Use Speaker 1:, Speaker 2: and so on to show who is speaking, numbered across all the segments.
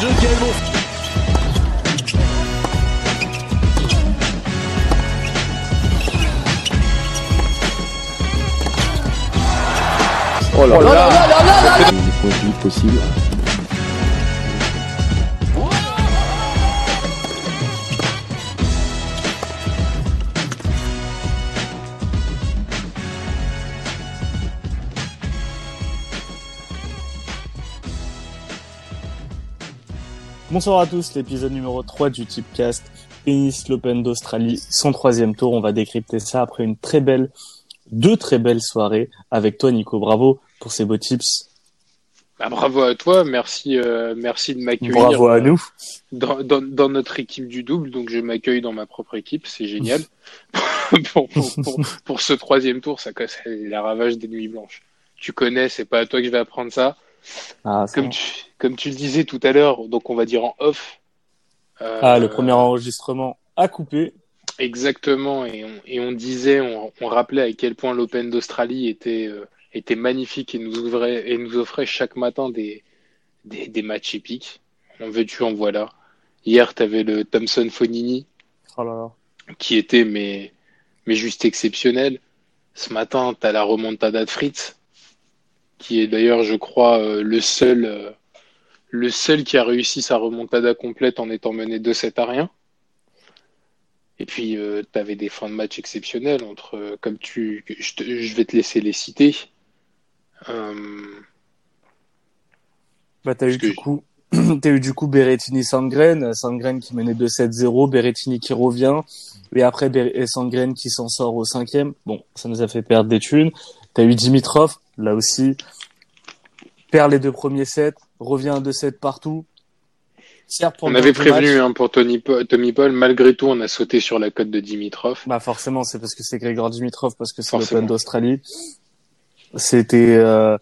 Speaker 1: jeu, quel bon.
Speaker 2: Oh là là.
Speaker 3: Les points de vue possibles.
Speaker 4: Bonsoir à tous, l'épisode numéro 3 du Tipcast, Tennis l'Open d'Australie, son 3e tour. On va décrypter ça après deux très belles soirées avec toi Nico. Bravo pour ces beaux tips.
Speaker 2: Bah, bravo à toi, merci de m'accueillir.
Speaker 4: Bravo à nous.
Speaker 2: Dans notre équipe du double, donc je m'accueille dans ma propre équipe, c'est génial. pour ce 3e tour, ça casse la ravage des nuits blanches. Tu connais, c'est pas à toi que je vais apprendre ça.
Speaker 4: Ah,
Speaker 2: Comme tu le disais tout à l'heure, donc on va dire en off.
Speaker 4: Le premier enregistrement a coupé.
Speaker 2: Exactement, on disait, on rappelait à quel point l'Open d'Australie était magnifique et nous offrait chaque matin des matchs épiques. En veux-tu, en voilà. Hier, tu avais le Thompson Fonini,
Speaker 4: Oh là là.
Speaker 2: qui était mais juste exceptionnel. Ce matin, tu as la remontada de Fritz, qui est d'ailleurs, je crois, le seul qui a réussi sa remontada complète en étant mené 2-7 à rien. Et puis, tu avais des fins de match exceptionnelles je vais te laisser les citer.
Speaker 4: T'as eu du coup Sandgren qui menait 2-7-0, Berrettini qui revient, et après Sandgren qui s'en sort au 5e. Bon, ça nous a fait perdre des thunes. T'as eu Dimitrov, là aussi, perd les 2 premiers sets, revient à 2-7 partout.
Speaker 2: On avait prévenu pour Tommy Paul, malgré tout, on a sauté sur la cote de Dimitrov.
Speaker 4: Bah forcément, c'est parce que c'est Grigor Dimitrov, parce que c'est l'Open d'Australie. C'était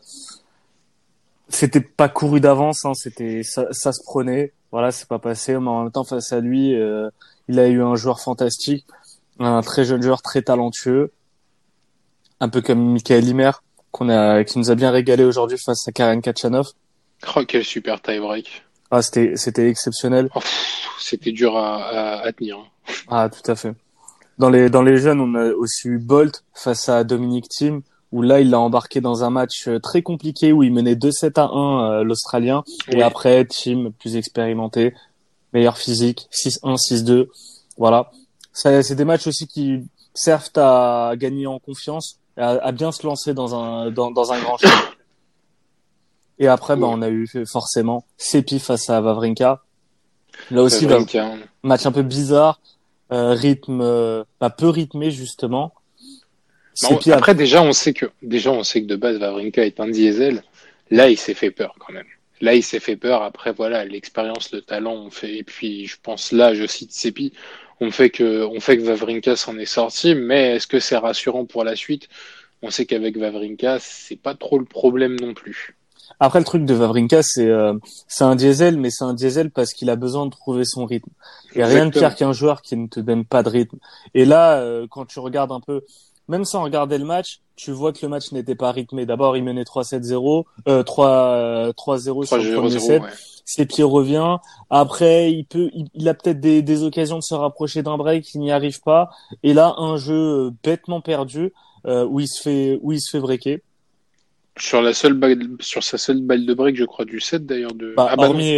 Speaker 4: pas couru d'avance, hein, ça se prenait. Voilà, c'est pas passé, mais en même temps face à lui, il a eu un joueur fantastique, un très jeune joueur très talentueux, un peu comme Michael Ymer qui nous a bien régalé aujourd'hui face à Karen Khachanov.
Speaker 2: Oh, quel super tie-break.
Speaker 4: Ah, c'était exceptionnel.
Speaker 2: Oh, c'était dur à tenir.
Speaker 4: Ah, tout à fait. Dans les jeunes, on a aussi eu Bolt face à Dominic Thiem, où là, il l'a embarqué dans un match très compliqué où il menait 2-7 à 1, l'Australien. Oui. Et après, Thiem, plus expérimenté, meilleur physique, 6-1, 6-2. Voilà. Ça, c'est des matchs aussi qui servent à gagner en confiance, à bien se lancer dans un grand chelem. Et après, on a eu forcément Seppi face à Wawrinka. Là aussi, match un peu bizarre, rythme peu rythmé justement.
Speaker 2: Après, déjà, on sait que de base, Wawrinka est un diesel. Là, il s'est fait peur quand même. Là, il s'est fait peur. Après, voilà, l'expérience, le talent, on fait. Et puis, je pense là, je cite Seppi, on fait que Wawrinka s'en est sorti. Mais est-ce que c'est rassurant pour la suite? On sait qu'avec Wawrinka, c'est pas trop le problème non plus.
Speaker 4: Après, le truc de Wawrinka, c'est un diesel, mais c'est un diesel parce qu'il a besoin de trouver son rythme. Il n'y a rien de pire qu'un joueur qui ne te donne pas de rythme. Et là, quand tu regardes un peu, même sans regarder le match, tu vois que le match n'était pas rythmé. D'abord, il menait 3-7-0, 3-0 sur le premier set. Ouais. Seppi revient. Après, il a peut-être des occasions de se rapprocher d'un break, il n'y arrive pas. Et là, un jeu bêtement perdu, où il se fait breaker.
Speaker 2: Sur sa seule balle de break, je crois, du set d'ailleurs.
Speaker 4: Hormis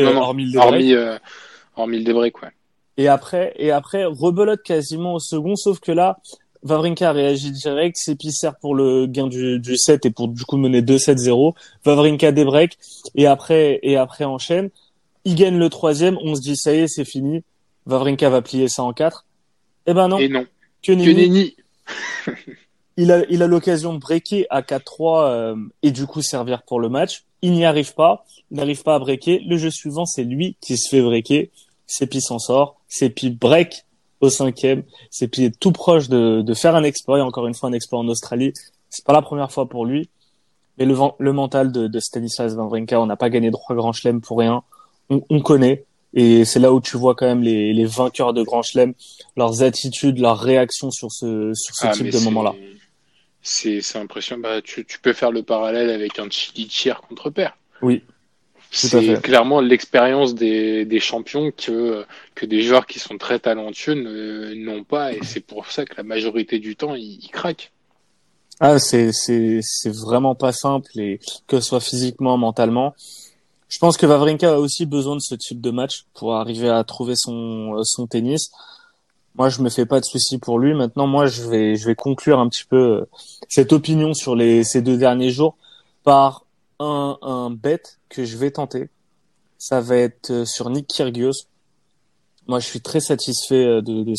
Speaker 2: le débreak, ouais.
Speaker 4: Et après, rebelote quasiment au second, sauf que là, Wawrinka réagit direct, Seppi sert pour le gain du set et pour du coup mener 2-7-0. Wawrinka débreak et après enchaîne. Il gagne le 3e, on se dit ça y est, c'est fini. Wawrinka va plier ça en 4. Eh ben non.
Speaker 2: Et non.
Speaker 4: Que nenni. Il a l'occasion de breaker à 4-3 et du coup servir pour le match. Il n'y arrive pas. Il n'arrive pas à breaker. Le jeu suivant, c'est lui qui se fait breaker. Seppi s'en sort. Seppi break au 5e. Seppi est tout proche de faire un exploit. Et encore une fois, un exploit en Australie. C'est pas la première fois pour lui. Mais le mental de Stanislas Wawrinka, on n'a pas gagné 3 grands chelems pour rien. On connaît. Et c'est là où tu vois quand même les vainqueurs de grands chelems, leurs attitudes, leurs réactions sur ce type de moment-là.
Speaker 2: C'est impressionnant. Tu peux faire le parallèle avec un Chili Cheer contre Père.
Speaker 4: Oui. Tout à
Speaker 2: C'est
Speaker 4: fait.
Speaker 2: clairement l'expérience des champions que des joueurs qui sont très talentueux n'ont pas, et c'est pour ça que la majorité du temps, ils craquent.
Speaker 4: Ah, c'est vraiment pas simple, et que ce soit physiquement, mentalement. Je pense que Wawrinka a aussi besoin de ce type de match pour arriver à trouver son tennis. Moi, je me fais pas de soucis pour lui. Maintenant, moi, je vais conclure un petit peu cette opinion sur ces 2 derniers jours par un bet que je vais tenter. Ça va être sur Nick Kyrgios. Moi, je suis très satisfait de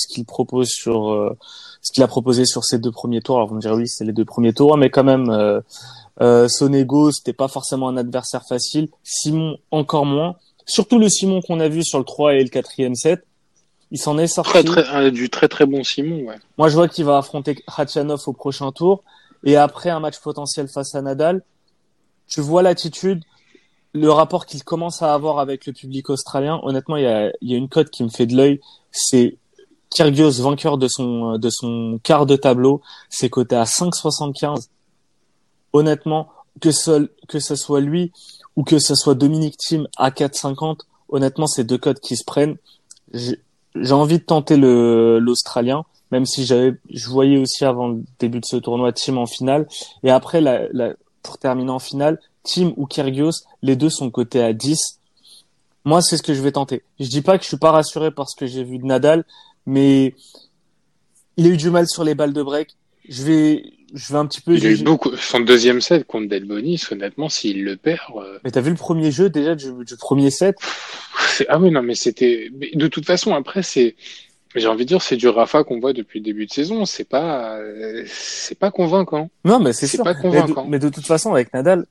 Speaker 4: ce qu'il a proposé sur ces 2 premiers tours. Alors, vous me direz, oui, c'est les 2 premiers tours, mais quand même, Sonego, c'était pas forcément un adversaire facile. Simon, encore moins. Surtout le Simon qu'on a vu sur le 3 et le 4e set. Il s'en est sorti.
Speaker 2: Du très très bon Simon, ouais.
Speaker 4: Moi, je vois qu'il va affronter Khachanov au prochain tour. Et après un match potentiel face à Nadal, tu vois l'attitude, le rapport qu'il commence à avoir avec le public australien. Honnêtement, il y a une cote qui me fait de l'œil. C'est Kyrgios vainqueur de son quart de tableau. C'est coté à 5,75. Honnêtement, que ce soit lui ou que ce soit Dominic Thiem à 4,50, honnêtement, c'est 2 cotes qui se prennent. J'ai envie de tenter l'Australien, même si je voyais aussi avant le début de ce tournoi Thiem en finale. Et après, pour terminer en finale, Thiem ou Kyrgios, les deux sont cotés à 10. Moi, c'est ce que je vais tenter. Je dis pas que je suis pas rassuré par ce que j'ai vu de Nadal, mais il a eu du mal sur les balles de break. Je vais un petit peu
Speaker 2: Il a eu
Speaker 4: juger.
Speaker 2: beaucoup. Son deuxième set contre Delbonis, honnêtement, s'il le perd,
Speaker 4: Mais t'as vu le premier jeu déjà du premier set?
Speaker 2: ah oui, non, mais de toute façon, après, j'ai envie de dire, c'est du Rafa qu'on voit depuis le début de saison. C'est pas convaincant.
Speaker 4: Non, mais c'est
Speaker 2: C'est
Speaker 4: sûr.
Speaker 2: pas
Speaker 4: Mais de,
Speaker 2: convaincant.
Speaker 4: mais de toute façon, avec Nadal,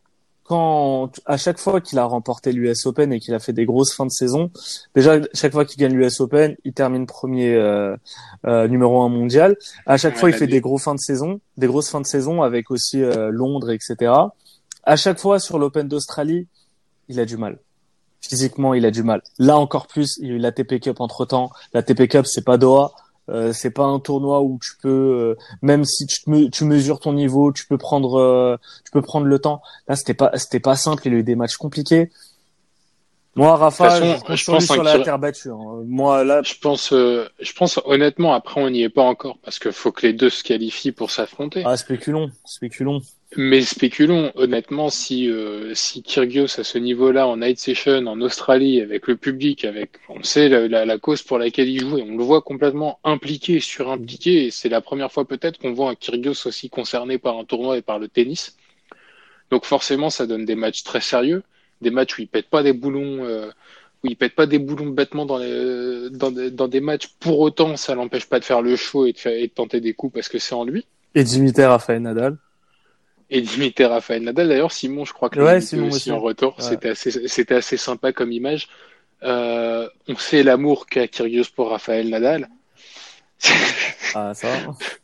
Speaker 4: à chaque fois qu'il a remporté l'US Open et qu'il a fait des grosses fins de saison, déjà chaque fois qu'il gagne l'US Open, il termine premier numéro 1 mondial. À chaque
Speaker 2: Ouais,
Speaker 4: fois, il fait des grosses fins de saison avec aussi Londres, etc. À chaque fois sur l'Open d'Australie, il a du mal. Physiquement, il a du mal. Là encore plus, il y a eu la TP Cup entre-temps. La TP Cup, c'est pas Doha. C'est pas un tournoi où tu peux, même si tu mesures ton niveau, tu peux prendre le temps. Là, c'était pas simple. Il a eu des matchs compliqués. Moi,
Speaker 2: de toute
Speaker 4: Rafa, je
Speaker 2: façon,
Speaker 4: compte
Speaker 2: je
Speaker 4: sur lui
Speaker 2: pense
Speaker 4: sur la terre battue, hein. Moi, là,
Speaker 2: je pense honnêtement, après, on n'y est pas encore parce qu'il faut que les deux se qualifient pour s'affronter.
Speaker 4: spéculons.
Speaker 2: Mais spéculons, honnêtement, si Kyrgios à ce niveau-là, en night session, en Australie, avec le public, on sait la cause pour laquelle il joue, et on le voit complètement impliqué, surimpliqué, et c'est la première fois peut-être qu'on voit un Kyrgios aussi concerné par un tournoi et par le tennis. Donc forcément, ça donne des matchs très sérieux, des matchs où il pète pas des boulons, bêtement dans des matchs. Pour autant, ça l'empêche pas de faire le show et de tenter des coups parce que c'est en lui.
Speaker 4: Et Dimitar, Rafael Nadal.
Speaker 2: Et d'imiter Rafael Nadal. D'ailleurs, Simon, je crois que l'a
Speaker 4: Ouais,
Speaker 2: imité
Speaker 4: Simon
Speaker 2: aussi
Speaker 4: aussi.
Speaker 2: en retour.
Speaker 4: Ouais.
Speaker 2: C'était assez sympa comme image. On sait l'amour qu'a Kyrgios pour Rafael Nadal.
Speaker 4: Ah, ça.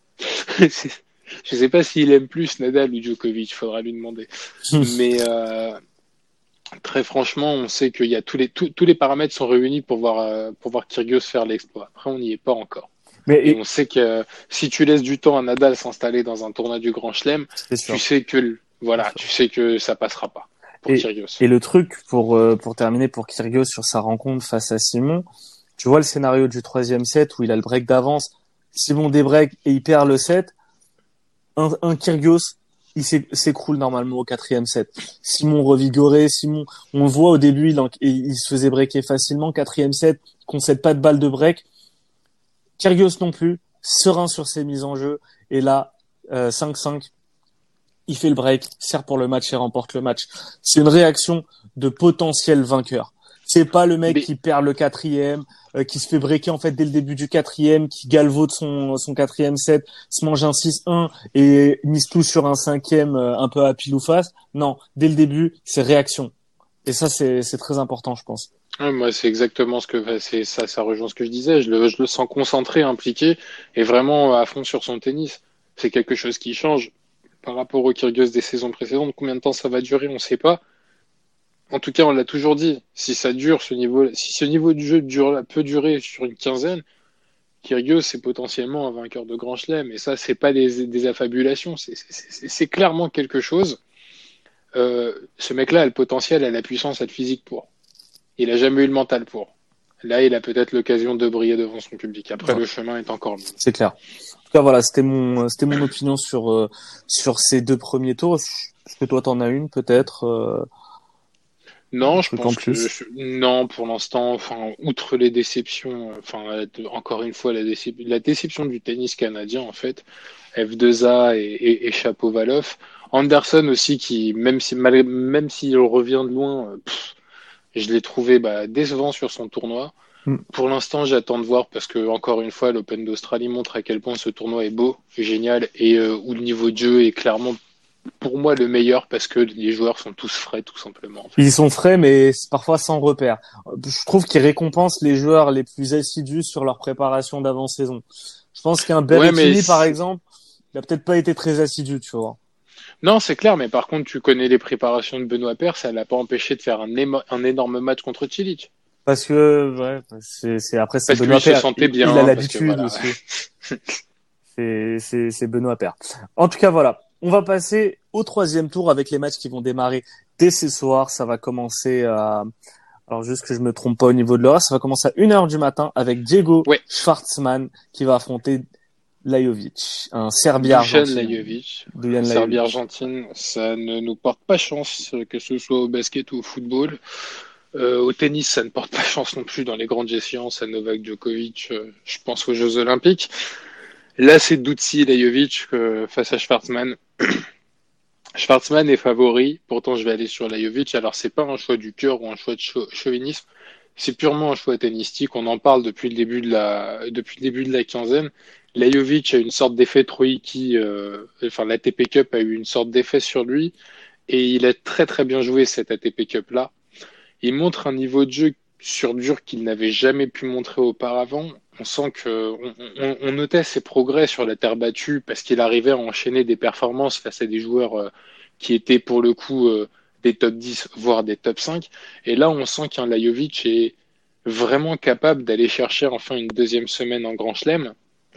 Speaker 2: Je sais pas s'il aime plus Nadal ou Djokovic, faudra lui demander. Mais très franchement, on sait qu'il y a tous les paramètres sont réunis pour voir Kyrgios faire l'exploit. Après, on n'y est pas encore. Et
Speaker 4: Mais
Speaker 2: on sait que si tu laisses du temps à Nadal s'installer dans un tournoi du Grand Chelem,
Speaker 4: c'est sûr.
Speaker 2: tu sais que ça passera pas pour Kyrgios.
Speaker 4: Et le truc pour terminer pour Kyrgios sur sa rencontre face à Simon, tu vois le scénario du 3e set où il a le break d'avance, Simon débreak et il perd le set. Un Kyrgios, il s'écroule normalement au 4e set. Simon revigoré, Simon, on le voit au début, il se faisait breaker facilement. 4e set, concède pas de balle de break. Kyrgios non plus, serein sur ses mises en jeu. Et là, 5-5, il fait le break, sert pour le match et remporte le match. C'est une réaction de potentiel vainqueur. C'est pas le mec qui perd le 4e, qui se fait breaker en fait dès le début du 4e, qui galvaude son 4e set, se mange un 6-1 et mise tout sur un 5e un peu à pile ou face. Non, dès le début, c'est réaction. Et ça, c'est très important, je pense.
Speaker 2: Ouais, moi, c'est exactement ça rejoint ce que je disais. Je le sens concentré, impliqué et vraiment à fond sur son tennis. C'est quelque chose qui change par rapport au Kyrgios des saisons précédentes. Combien de temps ça va durer, on ne sait pas. En tout cas, on l'a toujours dit. Si ça dure, si ce niveau de jeu peut durer sur une quinzaine, Kyrgios, c'est potentiellement un vainqueur de Grand Chelem. Et ça, c'est pas des affabulations. C'est clairement quelque chose. ce mec-là a le potentiel, a la puissance, a le physique pour. Il a jamais eu le mental pour. Là, il a peut-être l'occasion de briller devant son public. Après, le chemin est encore long.
Speaker 4: C'est clair. En tout cas, voilà, c'était mon opinion sur ces 2 premiers tours. Est-ce que toi, t'en as une, peut-être
Speaker 2: Non, je pense que non, pour l'instant, enfin, outre les déceptions, enfin, encore une fois, la déception du tennis canadien, en fait, F2A et Shapovalov. Anderson aussi, qui, même s'il revient de loin, je l'ai trouvé décevant sur son tournoi. Pour l'instant, j'attends de voir parce que, encore une fois, l'Open d'Australie montre à quel point ce tournoi est beau, génial, et où le niveau de jeu est clairement, pour moi, le meilleur parce que les joueurs sont tous frais, tout simplement. En fait.
Speaker 4: Ils sont frais, mais parfois sans repère. Je trouve qu'ils récompensent les joueurs les plus assidus sur leur préparation d'avant-saison. Je pense qu'un Berrettini, par exemple, il a peut-être pas été très assidu, tu vois.
Speaker 2: Non, c'est clair, mais par contre, tu connais les préparations de Benoît Paire, ça l'a pas empêché de faire un énorme match contre Cilic.
Speaker 4: Parce que, ouais, c'est après, c'est
Speaker 2: Benoît Paire. Parce qu'il se sentait bien.
Speaker 4: Il a l'habitude aussi. C'est Benoît Paire. En tout cas, voilà. On va passer au 3e tour avec les matchs qui vont démarrer dès ce soir. Ça va commencer à, alors juste que je me trompe pas au niveau de l'heure, ça va commencer à 1h du matin avec Diego Schwartzman qui va affronter Lajovic, un Serbie-Argentine.
Speaker 2: Serbie-Argentine, ça ne nous porte pas chance, que ce soit au basket ou au football. Au tennis, ça ne porte pas chance non plus dans les grandes échéances à Novak Djokovic, je pense aux Jeux Olympiques. Là, c'est Doutsi Lajovic face à Schwartzman. Schwartzman est favori, pourtant je vais aller sur Lajovic. Alors, c'est pas un choix du cœur ou un choix de chauvinisme, c'est purement un choix tennistique. On en parle depuis le début de la quinzaine. Lajovic a une sorte d'effet Troïki, l'ATP Cup a eu une sorte d'effet sur lui et il a très très bien joué cette ATP Cup là. Il montre un niveau de jeu sur dur qu'il n'avait jamais pu montrer auparavant. On sent on notait ses progrès sur la terre battue parce qu'il arrivait à enchaîner des performances face à des joueurs qui étaient pour le coup des top 10 voire des top 5. Et là, on sent qu'un Lajovic est vraiment capable d'aller chercher enfin une 2e semaine en Grand Chelem.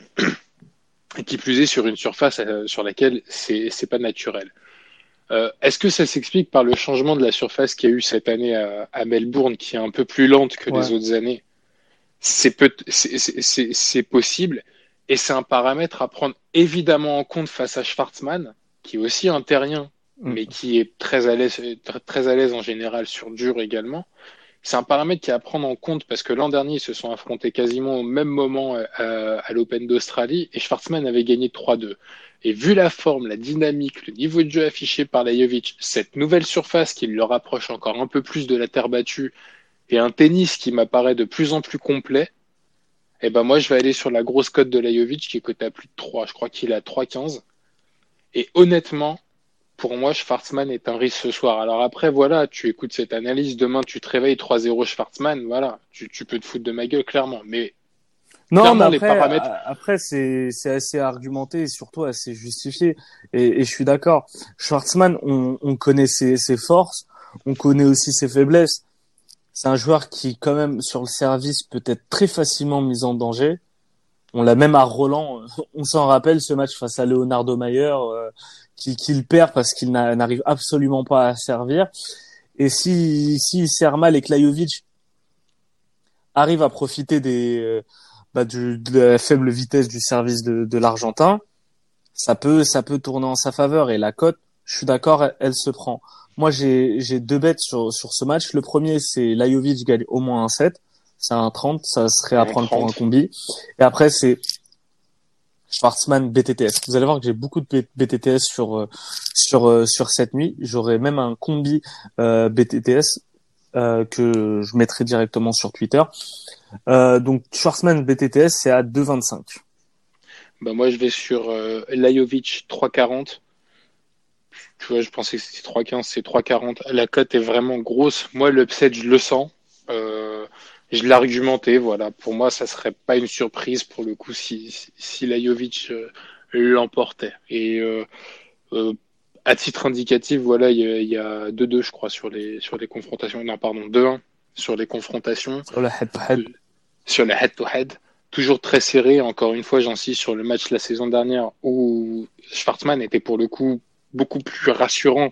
Speaker 2: Et qui plus est sur une surface sur laquelle c'est pas naturel. Est-ce que ça s'explique par le changement de la surface qu'il y a eu cette année à Melbourne, qui est un peu plus lente que les autres années? C'est possible, et c'est un paramètre à prendre évidemment en compte face à Schwartzman, qui est aussi un terrien, mais qui est très à l'aise en général sur dur également. C'est un paramètre qui est à prendre en compte parce que l'an dernier, ils se sont affrontés quasiment au même moment à l'Open d'Australie et Schwartzman avait gagné 3-2. Et vu la forme, la dynamique, le niveau de jeu affiché par Lajovic, cette nouvelle surface qui le rapproche encore un peu plus de la terre battue et un tennis qui m'apparaît de plus en plus complet, eh ben moi je vais aller sur la grosse cote de Lajovic qui est cotée à plus de 3. Je crois qu'il est à 3,15. Et honnêtement, pour moi, Schwartzman est un risque ce soir. Alors après, voilà, tu écoutes cette analyse, demain tu te réveilles 3-0 Schwartzman, voilà, tu peux te foutre de ma gueule clairement. Mais
Speaker 4: non, mais après, les paramètres... après c'est assez argumenté et surtout assez justifié. Et je suis d'accord. Schwartzman, on connaît ses forces, on connaît aussi ses faiblesses. C'est un joueur qui, quand même, sur le service, peut être très facilement mis en danger. On l'a même à Roland. On s'en rappelle ce match face à Leonardo Mayer. Qu'il perd parce qu'il n'arrive absolument pas à servir. Et s'il sert mal et que Lajovic arrive à profiter de la faible vitesse du service de l'Argentin, ça peut tourner en sa faveur. Et la cote, je suis d'accord, elle se prend. Moi, j'ai 2 bêtes sur ce match. Le premier, c'est Lajovic gagne au moins un 7. C'est un 30, ça serait à prendre pour un combi. Et après, c'est Schwartzman BTTS. Vous allez voir que j'ai beaucoup de BTTS sur cette nuit. J'aurai même un combi BTTS que je mettrai directement sur Twitter. Donc Schwartzman BTTS, c'est à 2,25.
Speaker 2: Bah moi je vais sur Lajovic 3,40. Tu vois, je pensais que c'était 3,15, c'est 3,40. La cote est vraiment grosse. Moi l'upset, je le sens. Je l'ai argumenté, voilà. Pour moi, ça serait pas une surprise pour le coup si Lajovic l'emportait. Et à titre indicatif, voilà, il y a 2-2, je crois, sur les confrontations. Non, pardon, 2-1 sur les confrontations.
Speaker 4: Sur le head-to-head.
Speaker 2: Sur le head-to-head. Toujours très serré. Encore une fois, j'insiste sur le match la saison dernière où Schwartzman était pour le coup beaucoup plus rassurant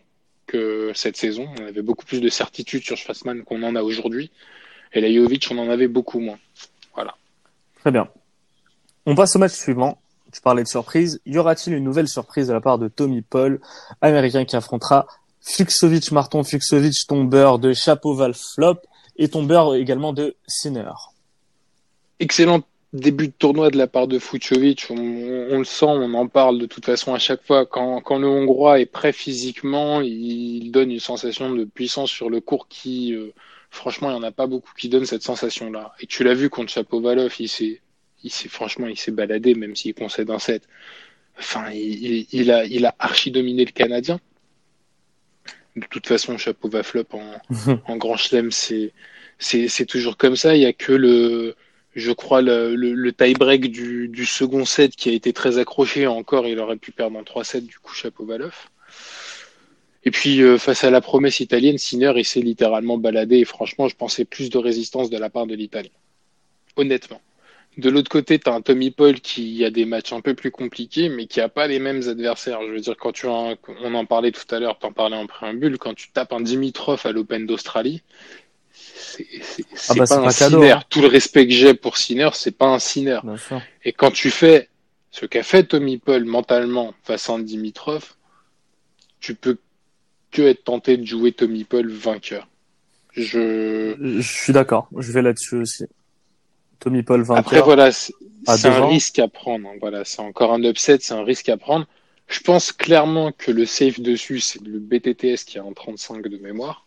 Speaker 2: que cette saison. On avait beaucoup plus de certitude sur Schwarzman qu'on en a aujourd'hui. Et Lajovic, on en avait beaucoup moins. Voilà.
Speaker 4: Très bien. On passe au match suivant. Tu parlais de surprise. Y aura-t-il une nouvelle surprise de la part de Tommy Paul, américain qui affrontera Fucsovics-Marton, Fucsovics tombeur de Shapovalov flop et tombeur également de Sinner.
Speaker 2: Excellent début de tournoi de la part de Fucsovics. On le sent, on en parle de toute façon à chaque fois. Quand le Hongrois est prêt physiquement, il donne une sensation de puissance sur le court qui, franchement, il n'y en a pas beaucoup qui donnent cette sensation-là. Et tu l'as vu contre Shapovalov, il s'est baladé, même s'il concède un set. Enfin, il a archi dominé le Canadien. De toute façon, Shapovalov en Grand Chelem, c'est toujours comme ça. Il y a que je crois, le tie-break du second set qui a été très accroché. Encore, il aurait pu perdre en 3 sets, du coup, Shapovalov. Et puis, face à la promesse italienne, Sinner, il s'est littéralement baladé. Et franchement, je pensais plus de résistance de la part de l'Italie. Honnêtement. De l'autre côté, tu as un Tommy Paul qui a des matchs un peu plus compliqués, mais qui a pas les mêmes adversaires. Je veux dire, on en parlait tout à l'heure, t'en parlais en préambule, quand tu tapes un Dimitrov à l'Open d'Australie, c'est pas un Sinner. Hein. Tout le respect que j'ai pour Sinner, c'est pas un Sinner. Et quand tu fais ce qu'a fait Tommy Paul mentalement face à un Dimitrov, tu peux que être tenté de jouer Tommy Paul vainqueur.
Speaker 4: Je suis d'accord, je vais là-dessus aussi. Tommy Paul vainqueur.
Speaker 2: Après, voilà, c'est un risque à prendre. Voilà, c'est encore un upset, c'est un risque à prendre. Je pense clairement que le safe dessus, c'est le BTTS qui a un 35 de mémoire.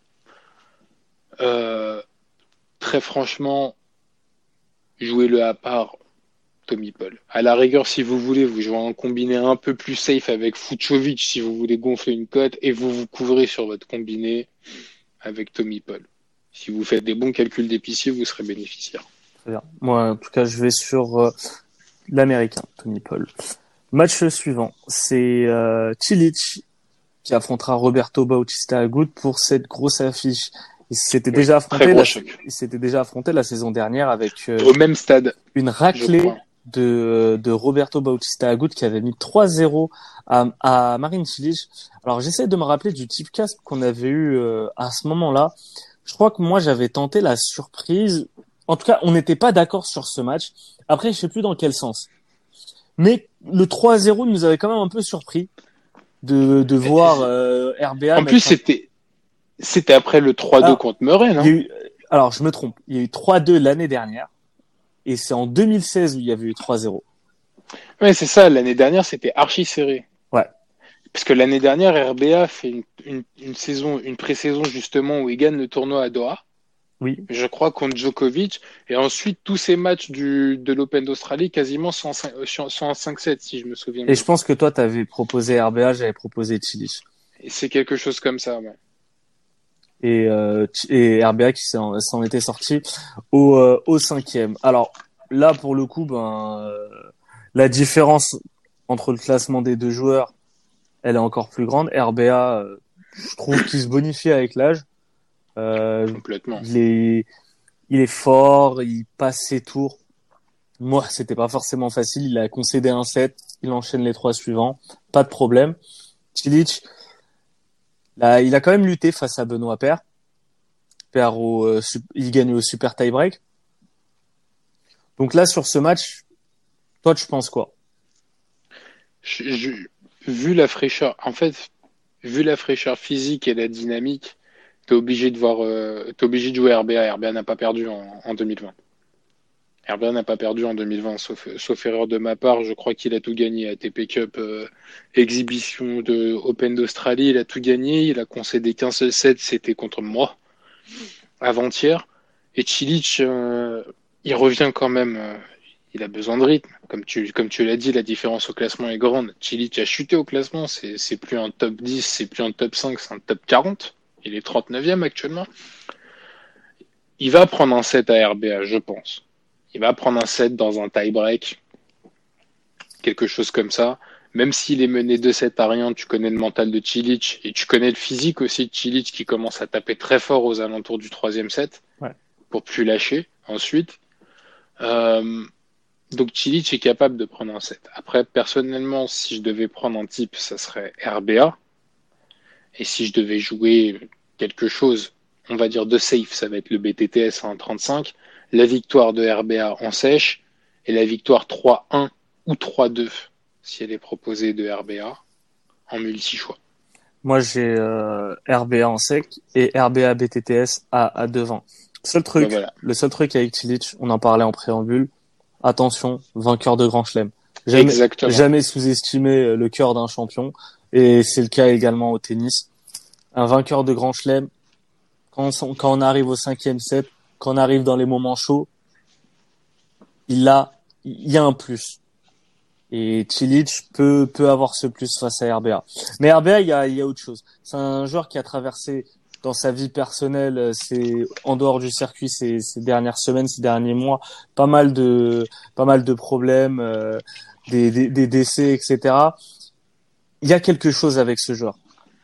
Speaker 2: Très franchement, jouez-le à part Tommy Paul. À la rigueur, si vous voulez, vous jouez en combiné un peu plus safe avec Fucsovics si vous voulez gonfler une cote et vous couvrez sur votre combiné avec Tommy Paul. Si vous faites des bons calculs d'épicier, vous serez bénéficiaire.
Speaker 4: Très bien. Moi, en tout cas, je vais sur l'américain, Tommy Paul. Match suivant, c'est Cilic qui affrontera Roberto Bautista Agut pour cette grosse affiche. Il s'était déjà affronté la saison dernière avec
Speaker 2: au même stade,
Speaker 4: une raclée de Roberto Bautista Agut qui avait mis 3-0 à Marin Cilic. Alors j'essaie de me rappeler du tipcast qu'on avait eu à ce moment-là. Je crois que moi j'avais tenté la surprise. En tout cas, on n'était pas d'accord sur ce match. Après, je sais plus dans quel sens. Mais le 3-0 nous avait quand même un peu surpris de voir RBA.
Speaker 2: En plus, c'était après le 3-2 contre Murray, non?
Speaker 4: Alors, je me trompe. Il y a eu 3-2 l'année dernière. Et c'est en 2016 où il y avait eu 3-0.
Speaker 2: Ouais, c'est ça. L'année dernière, c'était archi serré.
Speaker 4: Ouais.
Speaker 2: Parce que l'année dernière, RBA fait une pré-saison justement où il gagne le tournoi à Doha.
Speaker 4: Oui.
Speaker 2: Je crois contre Djokovic. Et ensuite, tous ces matchs de l'Open d'Australie, quasiment 105-7, si je me souviens bien.
Speaker 4: Et je pense que toi, t'avais proposé RBA, j'avais proposé Cilic.
Speaker 2: Et c'est quelque chose comme ça, ouais.
Speaker 4: Et RBA qui s'en était sorti au 5e. Alors là, pour le coup, la différence entre le classement des deux joueurs, elle est encore plus grande. RBA, je trouve qu'il se bonifie avec l'âge.
Speaker 2: Complètement.
Speaker 4: Il est fort, il passe ses tours. Moi, c'était pas forcément facile. Il a concédé un set, il enchaîne les 3 suivants, pas de problème. Cilic, là, il a quand même lutté face à Benoît Paire. Il gagne au super tie-break. Donc là, sur ce match, toi, tu penses quoi?
Speaker 2: Vu la fraîcheur, en fait, vu la fraîcheur physique et la dynamique, t'es obligé de jouer RBA. RBA n'a pas perdu en 2020. RBA n'a pas perdu en 2020, sauf erreur de ma part. Je crois qu'il a tout gagné. ATP Cup, exhibition de Open d'Australie, il a tout gagné. Il a concédé qu'un seul set, c'était contre moi, avant-hier. Et Cilic, il revient quand même. Il a besoin de rythme. Comme tu l'as dit, la différence au classement est grande. Cilic a chuté au classement. C'est plus un top 10, c'est plus un top 5, c'est un top 40. Il est 39e actuellement. Il va prendre un set à RBA, je pense. Il va prendre un set dans un tie-break. Quelque chose comme ça. Même s'il est mené 2-7 à rien, tu connais le mental de Cilic et tu connais le physique aussi de Cilic qui commence à taper très fort aux alentours du 3e set.
Speaker 4: Ouais.
Speaker 2: Pour plus lâcher ensuite. Donc Cilic est capable de prendre un set. Après, personnellement, si je devais prendre un type, ça serait RBA. Et si je devais jouer quelque chose, on va dire de safe, ça va être le BTTS à 1,35, la victoire de RBA en sèche et la victoire 3-1 ou 3-2 si elle est proposée de RBA en multi-choix.
Speaker 4: Moi, j'ai RBA en sec et RBA BTTS à 2,20.
Speaker 2: Voilà.
Speaker 4: Le seul truc avec Cilic, on en parlait en préambule, attention, vainqueur de Grand Chelem. Jamais sous-estimer le cœur d'un champion, et c'est le cas également au tennis. Un vainqueur de Grand Chelem, quand on arrive au 5e set, quand on arrive dans les moments chauds, il y a un plus. Et Cilic peut avoir ce plus face à RBA. Mais RBA, il y a autre chose. C'est un joueur qui a traversé dans sa vie personnelle, c'est en dehors du circuit ces dernières semaines, ces derniers mois, pas mal de problèmes, des décès, etc. Il y a quelque chose avec ce joueur.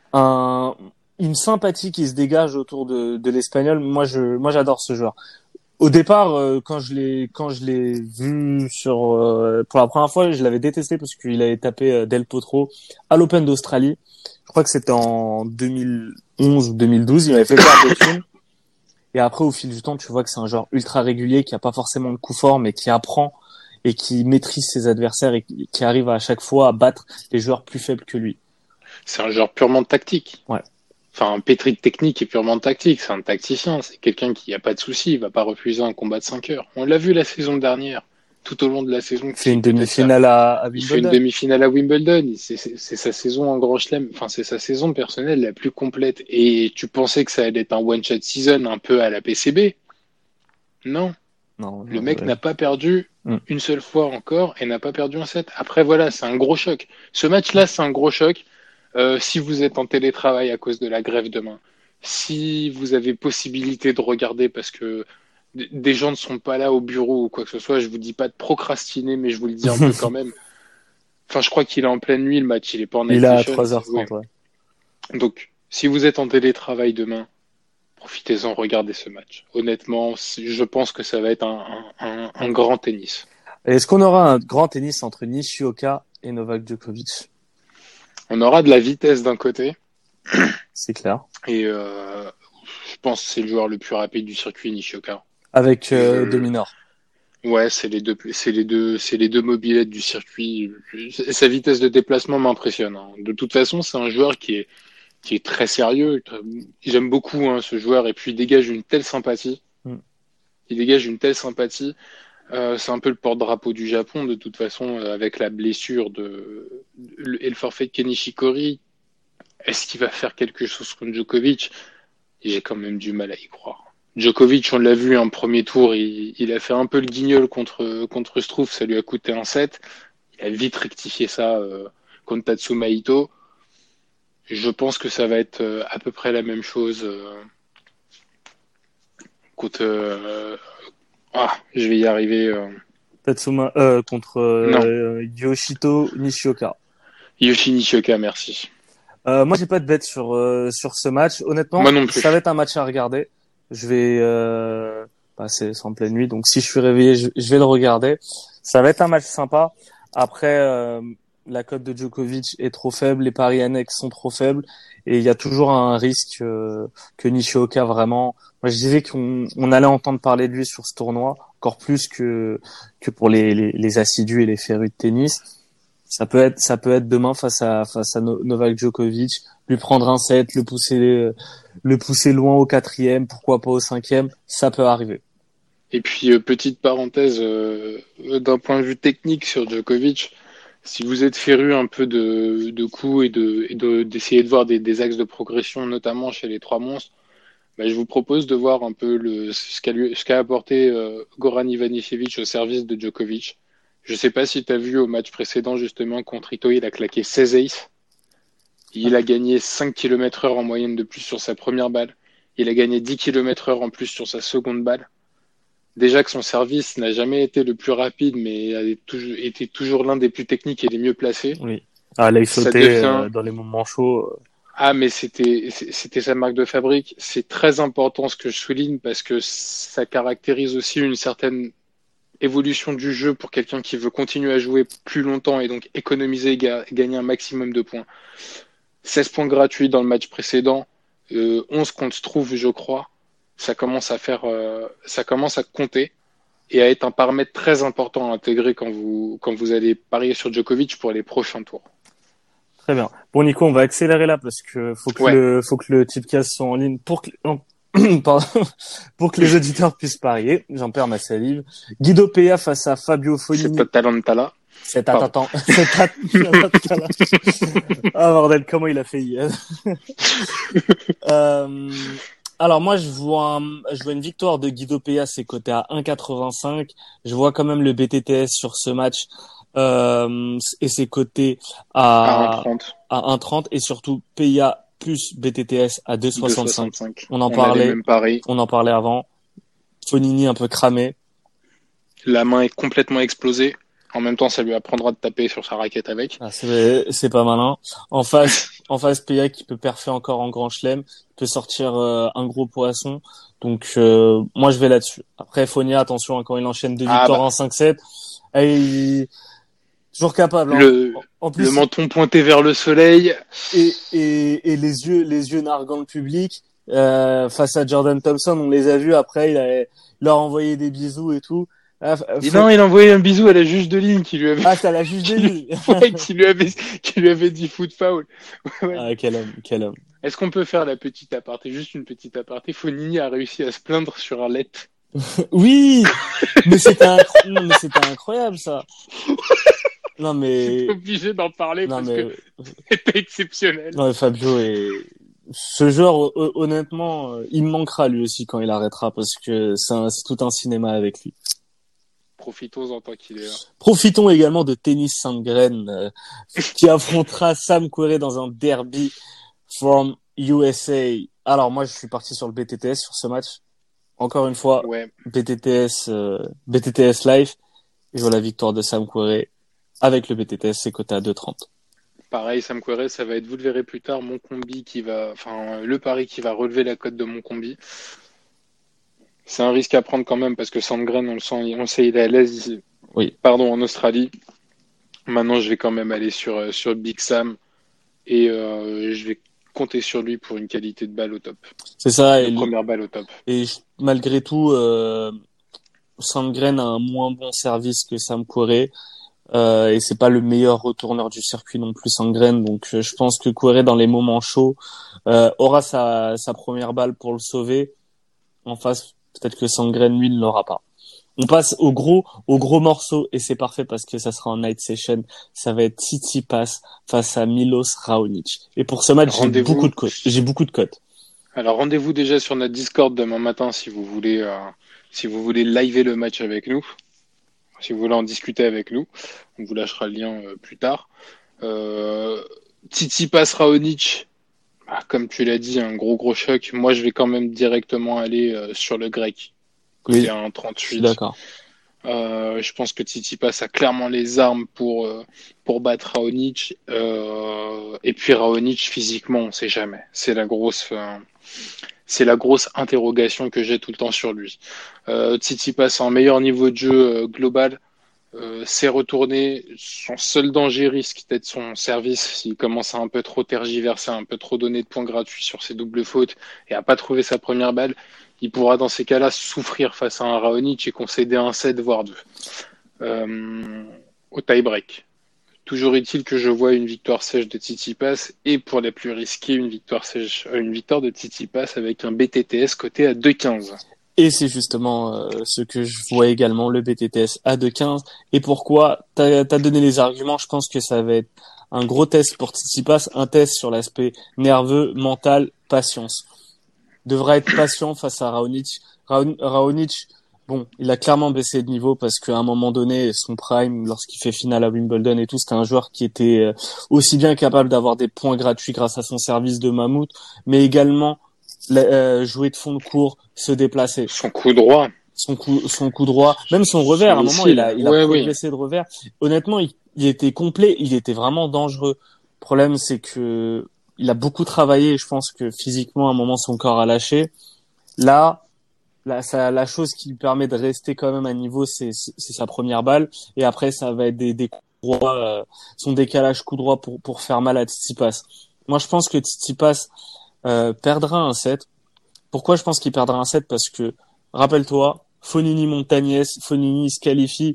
Speaker 4: Une sympathie qui se dégage autour de l'Espagnol. Moi, j'adore ce joueur. Au départ, quand je l'ai vu pour la première fois, je l'avais détesté parce qu'il avait tapé Del Potro à l'Open d'Australie. Je crois que c'était en 2011 ou 2012. Il m'avait fait perdre des thunes. Et après, au fil du temps, tu vois que c'est un joueur ultra régulier, qui a pas forcément de coup fort, mais qui apprend et qui maîtrise ses adversaires et qui arrive à chaque fois à battre les joueurs plus faibles que lui.
Speaker 2: C'est un joueur purement tactique.
Speaker 4: Ouais.
Speaker 2: Enfin, pétri de technique et purement tactique. C'est un tacticien. C'est quelqu'un qui a pas de souci. Il va pas refuser un combat de 5 heures. On l'a vu la saison dernière. Tout au long de la saison.
Speaker 4: Il fait une demi-finale à Wimbledon.
Speaker 2: Il fait une demi-finale à Wimbledon. C'est sa saison en Grand Chelem. Enfin, c'est sa saison personnelle la plus complète. Et tu pensais que ça allait être un one-shot season un peu à la PCB? Non. Le mec n'a pas perdu une seule fois encore et n'a pas perdu un set. Après, voilà, c'est un gros choc. Ce match-là, c'est un gros choc. Si vous êtes en télétravail à cause de la grève demain, si vous avez possibilité de regarder parce que des gens ne sont pas là au bureau ou quoi que ce soit, je vous dis pas de procrastiner, mais je vous le dis un peu quand même. Enfin, je crois qu'il est en pleine nuit le match, il est pas en night
Speaker 4: session. Il est
Speaker 2: session,
Speaker 4: à 3h30, ouais.
Speaker 2: Donc, si vous êtes en télétravail demain, profitez-en, regardez ce match. Honnêtement, je pense que ça va être un grand tennis.
Speaker 4: Et est-ce qu'on aura un grand tennis entre Nishioka et Novak Djokovic?
Speaker 2: On aura de la vitesse d'un côté.
Speaker 4: C'est clair.
Speaker 2: Et je pense que c'est le joueur le plus rapide du circuit, Nishioka.
Speaker 4: Avec deux mineurs.
Speaker 2: Ouais, c'est les deux mobilettes du circuit. Sa vitesse de déplacement m'impressionne. Hein. De toute façon, c'est un joueur qui est très sérieux. J'aime beaucoup ce joueur et puis il dégage une telle sympathie. Il dégage une telle sympathie. C'est un peu le porte-drapeau du Japon de toute façon avec la blessure et le forfait de Ken Nishikori. Est-ce qu'il va faire quelque chose contre Djokovic? J'ai quand même du mal à y croire. Djokovic, on l'a vu en premier tour, il a fait un peu le guignol contre Struff, ça lui a coûté un set. Il a vite rectifié ça contre Tatsuma Ito. Je pense que ça va être à peu près la même chose contre... je vais y arriver.
Speaker 4: Tatsuma contre Yoshito Nishioka.
Speaker 2: Yoshi Nishioka, merci.
Speaker 4: Moi, j'ai pas de bête sur ce match. Honnêtement,
Speaker 2: moi non plus.
Speaker 4: Ça va être un match à regarder. Je vais c'est en pleine nuit, donc si je suis réveillé, je vais le regarder. Ça va être un match sympa. Après, la cote de Djokovic est trop faible, les paris annexes sont trop faibles, et il y a toujours un risque que Nishioka vraiment. Moi, je disais qu'on allait entendre parler de lui sur ce tournoi, encore plus que pour les assidus et les férus de tennis. Ça peut être demain face à Novak Djokovic, lui prendre un set, le pousser loin au 4e, pourquoi pas au 5e, ça peut arriver.
Speaker 2: Et puis petite parenthèse d'un point de vue technique sur Djokovic, si vous êtes féru un peu de coups et d'essayer de voir des axes de progression, notamment chez les trois monstres, je vous propose de voir un peu ce qu'a apporté Goran Ivanisevic au service de Djokovic. Je sais pas si tu as vu au match précédent, justement, contre Ito, il a claqué 16 aces. Il a gagné 5 km/h en moyenne de plus sur sa première balle. Il a gagné 10 km/h en plus sur sa seconde balle. Déjà que son service n'a jamais été le plus rapide, mais a été toujours l'un des plus techniques et des mieux placés.
Speaker 4: Oui. Là, il sautait dans les moments chauds.
Speaker 2: Mais c'était sa marque de fabrique. C'est très important ce que je souligne parce que ça caractérise aussi une certaine évolution du jeu pour quelqu'un qui veut continuer à jouer plus longtemps et donc économiser et gagner un maximum de points. 16 points gratuits dans le match précédent, 11 contre Struve, je crois. Ça commence à compter et à être un paramètre très important à intégrer quand vous allez parier sur Djokovic pour les prochains tours.
Speaker 4: Très bien. Bon, Nico, on va accélérer là parce que faut que le Tipcast soit en ligne pardon, pour que les auditeurs puissent parier. J'en perds ma salive. Guido Pella face à Fabio Fognini.
Speaker 2: C'est Atalanta.
Speaker 4: C'est Atalanta. Ah, bordel, comment il a fait hier. Alors moi je vois une victoire de Guido Pella, c'est coté à 1,85. Je vois quand même le BTTS sur ce match et c'est coté à 1,30 et surtout Pella plus BTTS à 2,65. On en parlait avant. Fognini un peu cramé.
Speaker 2: La main est complètement explosée. En même temps, ça lui apprendra de taper sur sa raquette avec.
Speaker 4: Ah, c'est pas malin. En face, Pella qui peut perfer encore en grand chelem, peut sortir un gros poisson. Donc moi je vais là-dessus. Après Fognini, attention quand il enchaîne 2 victoires en 5-7, toujours capable.
Speaker 2: En plus, le menton pointé vers le soleil
Speaker 4: et les yeux narguant le public. Face à Jordan Thompson, on les a vus. Après, il leur a envoyé des bisous et tout.
Speaker 2: Non, il a envoyé un bisou à la juge de ligne qui lui avait.
Speaker 4: Ah, c'est à la juge de ligne.
Speaker 2: Ouais, qui lui avait dit foot foul.
Speaker 4: Ouais. Ah, quel homme.
Speaker 2: Est-ce qu'on peut faire la petite aparté, juste une petite aparté? Fognini a réussi à se plaindre sur un let.
Speaker 4: Oui, mais c'était incroyable ça. Non mais.
Speaker 2: J'étais obligé d'en parler que c'était exceptionnel.
Speaker 4: Non mais Fabio ce joueur, honnêtement, il me manquera lui aussi quand il arrêtera parce que c'est tout un cinéma avec lui.
Speaker 2: Profitons en tant qu'il est là.
Speaker 4: Profitons également de Tennis Sandgren qui affrontera Sam Querrey dans un derby from USA. Alors moi je suis parti sur le BTTS sur ce match. Encore une fois, BTTS live. Et je vois la victoire de Sam Querrey avec le BTTS, c'est coté à 2,30.
Speaker 2: Pareil, Sam Querrey, ça va être, vous le verrez plus tard, le pari qui va relever la cote de mon combi. C'est un risque à prendre quand même parce que Sandgren, on le sait, il est à l'aise ici.
Speaker 4: Oui.
Speaker 2: Pardon, en Australie. Maintenant, je vais quand même aller sur Big Sam et je vais compter sur lui pour une qualité de balle au top.
Speaker 4: C'est ça.
Speaker 2: Première balle au top.
Speaker 4: Et malgré tout, Sandgren a un moins bon service que Sam Querrey. Et c'est pas le meilleur retourneur du circuit non plus, Sandgren. Donc je pense que Querrey dans les moments chauds aura sa première balle pour le sauver. En face, peut-être que Sandgren lui ne l'aura pas. On passe au gros morceau et c'est parfait parce que ça sera en night session. Ça va être Tsitsipas face à Milos Raonic. Et pour ce match, j'ai beaucoup de cotes.
Speaker 2: Alors rendez-vous déjà sur notre Discord demain matin si vous voulez liver le match avec nous. Si vous voulez en discuter avec nous, on vous lâchera le lien plus tard. Tsitsipas Raonic, comme tu l'as dit, un gros choc. Moi, je vais quand même directement aller sur le grec.
Speaker 4: Oui,
Speaker 2: c'est un 38.
Speaker 4: D'accord.
Speaker 2: Je pense que Tsitsipas a clairement les armes pour battre Raonic. Et puis Raonic, physiquement, on ne sait jamais. C'est la grosse interrogation que j'ai tout le temps sur lui. Tsitsipas a un meilleur niveau de jeu global. C'est retourné. Son seul danger risque d'être son service s'il commence à un peu trop tergiverser, un peu trop donner de points gratuits sur ses doubles fautes et à pas trouver sa première balle. Il pourra dans ces cas-là souffrir face à un Raonic et concéder un set voire 2 au tie-break. Toujours est-il que je vois une victoire sèche de Tsitsipas et pour les plus risqués, une victoire de Tsitsipas avec un BTTS coté à 2,15.
Speaker 4: Et c'est justement ce que je vois également, le BTTS à 2,15. Et pourquoi? T'as donné les arguments. Je pense que ça va être un gros test pour Tsitsipas, un test sur l'aspect nerveux, mental, patience. Devra être patient face à Raonic. Raonic, bon, il a clairement baissé de niveau parce qu'à un moment donné, son prime, lorsqu'il fait finale à Wimbledon et tout, c'était un joueur qui était aussi bien capable d'avoir des points gratuits grâce à son service de mammouth, mais également jouer de fond de cours, se déplacer.
Speaker 2: Son coup droit.
Speaker 4: Son coup droit, même son revers. À un moment, il a progressé de revers. Honnêtement, il était complet, il était vraiment dangereux. Le problème, c'est que il a beaucoup travaillé. Je pense que physiquement, à un moment, son corps a lâché. Là, la chose qui lui permet de rester quand même à niveau, c'est sa première balle. Et après, ça va être des coups droits, son décalage coup droit pour faire mal à Tsitsipas. Moi, je pense que Tsitsipas perdra un set. Pourquoi je pense qu'il perdra un set? Parce que, rappelle-toi, Fognini-Montagnès, Fognini se qualifie,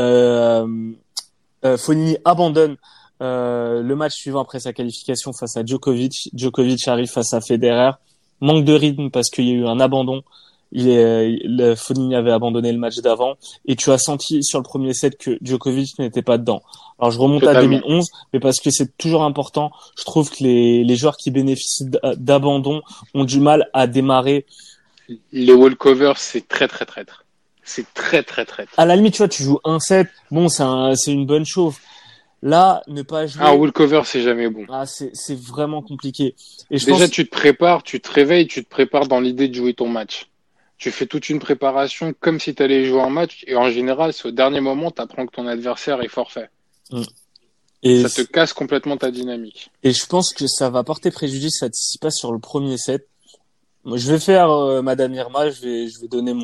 Speaker 4: Fognini abandonne le match suivant après sa qualification face à Djokovic. Djokovic arrive face à Federer. Manque de rythme parce qu'il y a eu un abandon. Fognini avait abandonné le match d'avant et tu as senti sur le premier set que Djokovic n'était pas dedans. Alors je remonte à 2011, mais parce que c'est toujours important. Je trouve que les joueurs qui bénéficient d'abandon ont du mal à démarrer.
Speaker 2: Les walkovers, c'est très très traître. C'est très très traître.
Speaker 4: À la limite, tu vois, tu joues un set, bon, c'est une bonne chose. Là, ne pas jouer.
Speaker 2: Un walkover, c'est jamais bon.
Speaker 4: Ah, c'est vraiment compliqué. Et
Speaker 2: déjà, tu te prépares, tu te réveilles, tu te prépares dans l'idée de jouer ton match. Tu fais toute une préparation comme si tu allais jouer un match et en général, c'est au dernier moment, tu apprends que ton adversaire est forfait. Et ça te casse complètement ta dynamique.
Speaker 4: Et je pense que ça va porter préjudice à Tsitsipas sur le premier set. Je vais faire Madame Irma, je vais donner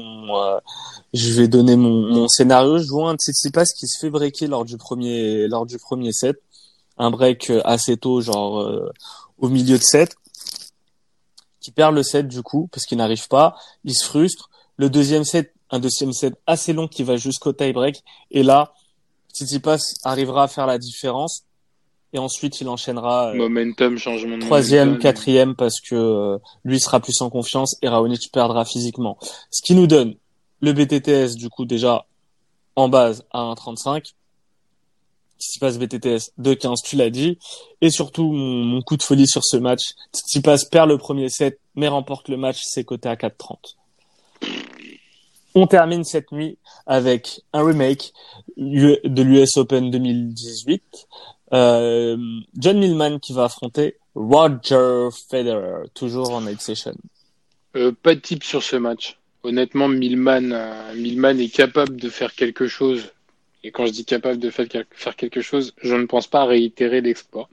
Speaker 4: mon scénario. Je vois un Tsitsipas qui se fait breaker lors du premier set, un break assez tôt, genre au milieu de set, qui perd le set du coup parce qu'il n'arrive pas, il se frustre. Un deuxième set assez long qui va jusqu'au tie break et là Tsitsipas arrivera à faire la différence. Et ensuite, il enchaînera
Speaker 2: momentum, changement de
Speaker 4: troisième,
Speaker 2: momentum.
Speaker 4: quatrième, parce que lui sera plus en confiance et Raonic perdra physiquement. Ce qui nous donne le BTTS, du coup, déjà en base à 1,35. Tsitsipas BTTS 2,15, tu l'as dit. Et surtout, mon coup de folie sur ce match, Tsitsipas perd le premier set, mais remporte le match, c'est coté à 4,30. On termine cette nuit avec un remake de l'US Open 2018. John Millman qui va affronter Roger Federer, toujours en night session.
Speaker 2: Pas de type sur ce match. Honnêtement, Millman est capable de faire quelque chose. Et quand je dis capable de faire quelque chose, je ne pense pas réitérer l'exploit.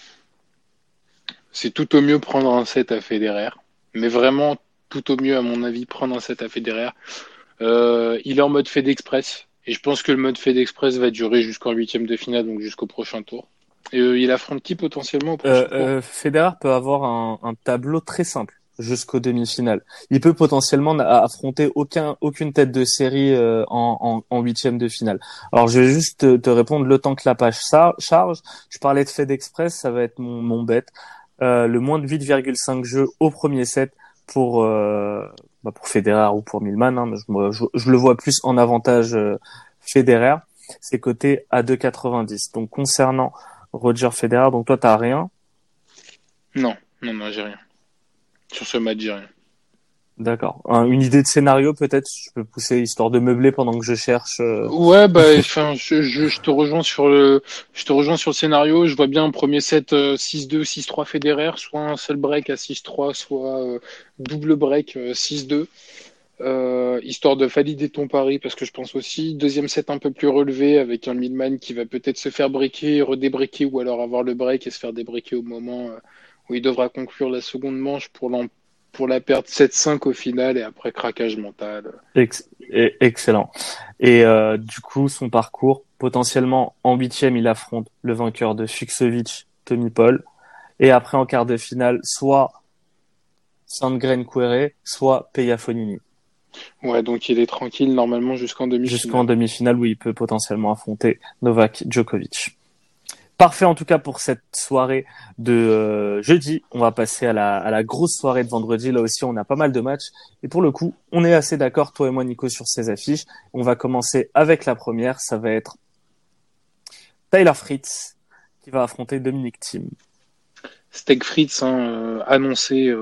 Speaker 2: C'est tout au mieux prendre un set à Federer. Mais vraiment, tout au mieux, à mon avis, prendre un set à Federer. Il est en mode Fed Express. Et je pense que le mode Fed Express va durer jusqu'en 8e de finale, donc jusqu'au prochain tour. Et il affronte qui potentiellement au prochain tour?
Speaker 4: Federer peut avoir un tableau très simple jusqu'aux demi-finales. Il peut potentiellement affronter aucune tête de série en 8e de finale. Alors je vais juste te répondre le temps que la page charge. Je parlais de Fed Express, ça va être mon bet. Le moins de 8,5 jeux au premier set pour Federer ou pour Millman. Hein, je le vois plus en avantage Federer. C'est coté à 2,90. Donc concernant Roger Federer, donc toi t'as rien?
Speaker 2: Non, j'ai rien. Sur ce match, j'ai rien.
Speaker 4: D'accord. Une idée de scénario peut-être, je peux pousser histoire de meubler pendant que je cherche.
Speaker 2: Ouais, je te rejoins sur le scénario. Je vois bien un premier set 6-2, 6-3 Federer, soit un seul break à 6-3, soit double break 6-2. Histoire de valider ton pari, parce que je pense aussi deuxième set un peu plus relevé avec un Millman qui va peut-être se faire breaker, redébreaker, ou alors avoir le break et se faire débreaker au moment où il devra conclure la seconde manche pour la perdre 7-5 au final et après craquage mental.
Speaker 4: Excellent. Et du coup, son parcours, potentiellement en 8e, il affronte le vainqueur de Fucsovics, Tommy Paul, et après en quart de finale, soit Sandgren Querrey, soit Peja Fognini.
Speaker 2: Ouais, donc il est tranquille normalement jusqu'en demi-finale.
Speaker 4: Jusqu'en demi-finale où il peut potentiellement affronter Novak Djokovic. Parfait en tout cas pour cette soirée de jeudi. On va passer à la grosse soirée de vendredi. Là aussi, on a pas mal de matchs. Et pour le coup, on est assez d'accord, toi et moi, Nico, sur ces affiches. On va commencer avec la première. Ça va être Taylor Fritz qui va affronter Dominic Thiem.
Speaker 2: Steg Fritz, annoncé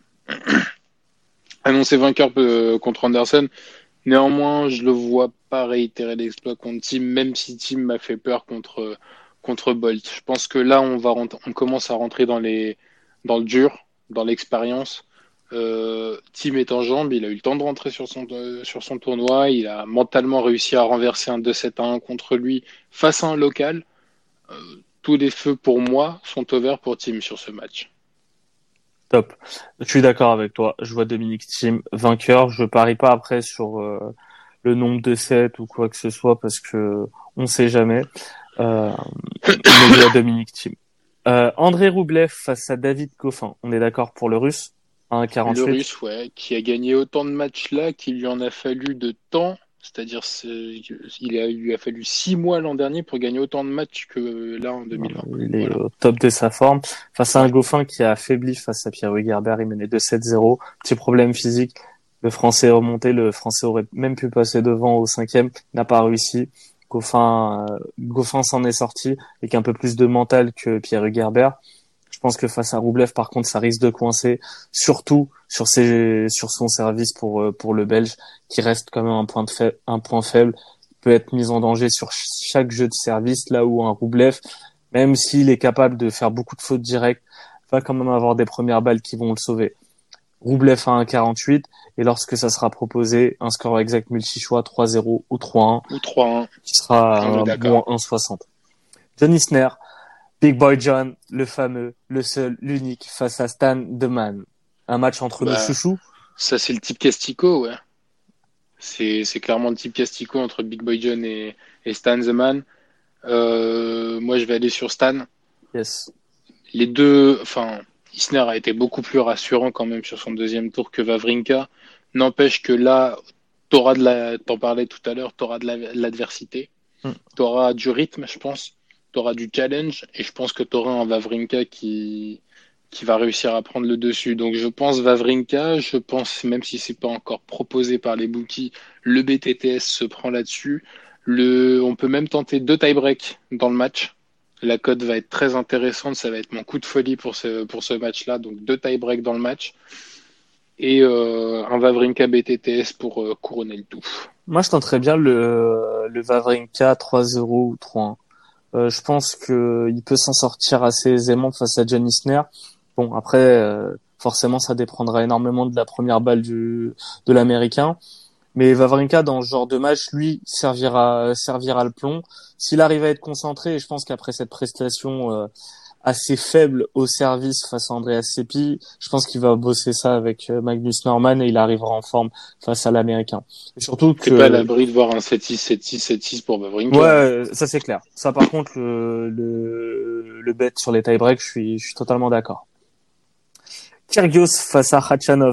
Speaker 2: vainqueur contre Anderson. Néanmoins, je le vois pas réitérer l'exploit contre Thiem, même si Thiem m'a fait peur contre Bolt. Je pense que là, on commence à rentrer dans le dur, dans l'expérience. Thiem est en jambes, il a eu le temps de rentrer sur son tournoi, il a mentalement réussi à renverser un 2-7-1 contre lui face à un local. Tous les feux pour moi sont ouverts pour Thiem sur ce match.
Speaker 4: Top. Je suis d'accord avec toi. Je vois Dominic Thiem vainqueur. Je parie pas après sur le nombre de sets ou quoi que ce soit parce que on sait jamais. Mais je vois Dominic Thiem. André Roublev face à David Goffin. On est d'accord pour le Russe? 1,48.
Speaker 2: Le Russe, ouais, qui a gagné autant de matchs là qu'il lui en a fallu de temps. C'est-à-dire, lui a fallu 6 mois l'an dernier pour gagner autant de matchs que là en 2020.
Speaker 4: Il est au top de sa forme. Face à un Goffin qui a affaibli face à Pierre Gerber, il menait 2-7-0. Petit problème physique. Le Français est remonté. Le Français aurait même pu passer devant au 5e. N'a pas réussi. Goffin s'en est sorti avec un peu plus de mental que Pierre Gerber. Je pense que face à Roublev, par contre, ça risque de coincer, surtout sur son service pour le Belge, qui reste quand même un point faible. Il peut être mis en danger sur chaque jeu de service, là où un Roublev, même s'il est capable de faire beaucoup de fautes directes, va quand même avoir des premières balles qui vont le sauver. Roublev à 1,48, et lorsque ça sera proposé, un score exact multi-choix, 3-0 ou 3-1.
Speaker 2: Ou 3-1.
Speaker 4: Qui sera un bon 1,60. John Isner, Big Boy John, le fameux, le seul, l'unique, face à Stan The Man. Un match entre nos chouchous.
Speaker 2: Ça, c'est le type Castico, ouais. C'est clairement le type Castico entre Big Boy John et Stan The Man. Moi, je vais aller sur Stan.
Speaker 4: Yes.
Speaker 2: Les deux, enfin, Isner a été beaucoup plus rassurant quand même sur son deuxième tour que Wawrinka. N'empêche que là, t'en parlais tout à l'heure, t'auras de l'adversité. T'auras du rythme, je pense. T'auras du challenge, et je pense que t'auras un Wawrinka qui va réussir à prendre le dessus. Donc je pense Wawrinka, je pense, même si c'est pas encore proposé par les bookies, le BTTS se prend là-dessus. On peut même tenter 2 tie-break dans le match. La cote va être très intéressante, ça va être mon coup de folie pour ce match-là. Donc 2 tie-break dans le match. Et un Wawrinka BTTS pour couronner le tout.
Speaker 4: Moi je tenterais bien le Wawrinka 3-0 ou 3-1. Je pense que il peut s'en sortir assez aisément face à John Isner. Bon, après, forcément, ça dépendra énormément de la première balle de l'Américain. Mais Wawrinka, dans ce genre de match, lui, servira le plomb. S'il arrive à être concentré, et je pense qu'après cette prestation assez faible au service face à Andreas Seppi, je pense qu'il va bosser ça avec Magnus Norman et il arrivera en forme face à l'Américain. Et surtout que...
Speaker 2: C'est pas à l'abri de voir un 7-6, 7-6, 7-6 pour Wawrinka.
Speaker 4: Ouais, ça c'est clair. Ça par contre, le bet sur les tie-breaks, je suis totalement d'accord. Kyrgios face à Khachanov.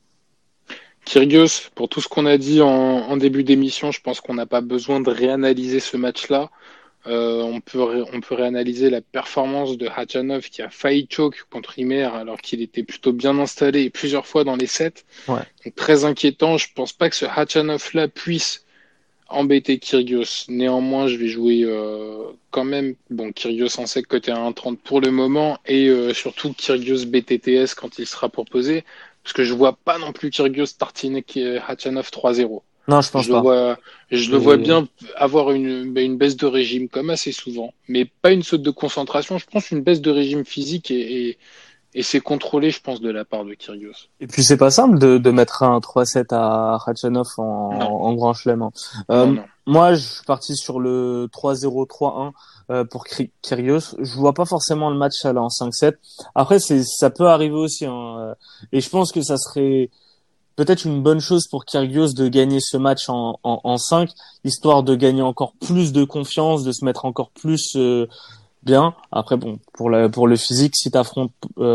Speaker 2: Kyrgios, pour tout ce qu'on a dit en début d'émission, je pense qu'on n'a pas besoin de réanalyser ce match-là. On peut réanalyser la performance de Khachanov qui a failli choke contre Ymer alors qu'il était plutôt bien installé et plusieurs fois dans les sets.
Speaker 4: Ouais.
Speaker 2: Donc, très inquiétant. Je pense pas que ce Khachanov-là puisse embêter Kyrgios. Néanmoins, je vais jouer quand même. Bon, Kyrgios en sec côté à 1,30 pour le moment et surtout Kyrgios BTTS quand il sera proposé. Parce que je vois pas non plus Kyrgios tartiner Khachanov 3-0.
Speaker 4: Non, je pense pas.
Speaker 2: Je le vois bien avoir une baisse de régime, comme assez souvent, mais pas une saute de concentration. Je pense une baisse de régime physique et c'est contrôlé, je pense, de la part de Kyrgios.
Speaker 4: Et puis c'est pas simple de mettre un 3-7 à Khachanov en grand chelem. Hein.
Speaker 2: Non.
Speaker 4: Moi, je suis parti sur le 3-0, 3-1 pour Kyrgios. Je vois pas forcément le match aller en 5-7. Après, ça peut arriver aussi. Hein. Et je pense que ça serait peut-être une bonne chose pour Kyrgios de gagner ce match en 5, histoire de gagner encore plus de confiance, de se mettre encore plus bien. Après, bon, pour le physique, si t'affrontes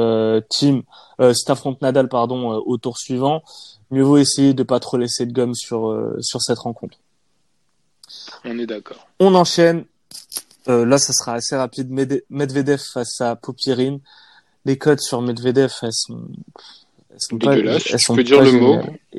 Speaker 4: si t'affrontes Nadal, au tour suivant, mieux vaut essayer de pas trop laisser de gomme sur cette rencontre.
Speaker 2: On est d'accord.
Speaker 4: On enchaîne. Là, ça sera assez rapide. Medvedev face à Popyrin. Les codes sur Medvedev, elles sont
Speaker 2: dégueulasse. Tu peux dire le mot.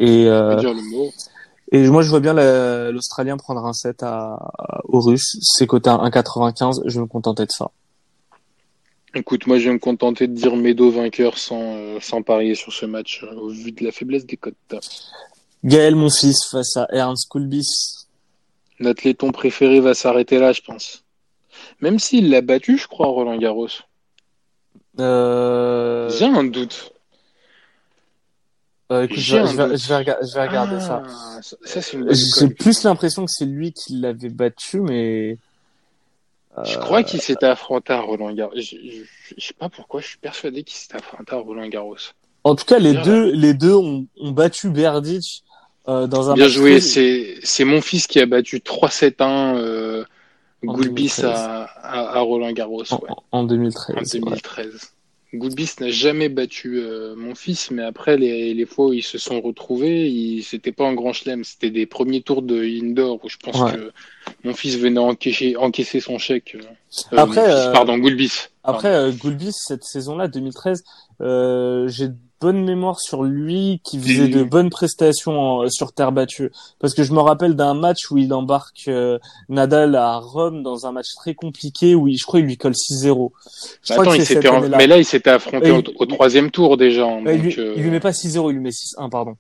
Speaker 4: Et moi, je vois bien l'Australien prendre un set au Russe. C'est coté à 1,95. Je vais me contenter de ça.
Speaker 2: Écoute, moi, je vais me contenter de dire Medo vainqueur sans parier sur ce match au vu de la faiblesse des cotes.
Speaker 4: Gaël Monfils face à Ernst Kulbis.
Speaker 2: Notre laiton préféré va s'arrêter là, je pense. Même s'il l'a battu, je crois, Roland Garros. J'ai un doute.
Speaker 4: Écoute, je vais regarder ça.
Speaker 2: Ça c'est une bonne
Speaker 4: J'ai plus l'impression que c'est lui qui l'avait battu, mais...
Speaker 2: Je crois qu'il s'était affronté à Roland Garros. Je sais pas pourquoi, je suis persuadé qu'il s'était affronté à Roland Garros.
Speaker 4: En tout cas, les deux ont battu Berdych dans un
Speaker 2: bien
Speaker 4: match.
Speaker 2: Bien joué, c'est mon fils qui a battu 3-7-1 Gulbis à Roland Garros, ouais.
Speaker 4: En 2013.
Speaker 2: En 2013. Ouais. Gulbis n'a jamais battu mon fils, mais après les fois où ils se sont retrouvés, c'était pas un grand chelem, c'était des premiers tours de indoor où je pense que mon fils venait encaisser son chèque. Gulbis.
Speaker 4: Après, Gulbis, cette saison-là, 2013, j'ai de bonnes mémoires sur lui qui faisait de bonnes prestations sur terre battue. Parce que je me rappelle d'un match où il embarque Nadal à Rome dans un match très compliqué où je crois il lui colle 6-0.
Speaker 2: Mais là, il s'était affronté au troisième tour déjà.
Speaker 4: Il lui met pas 6-0, il lui met 6-1, pardon.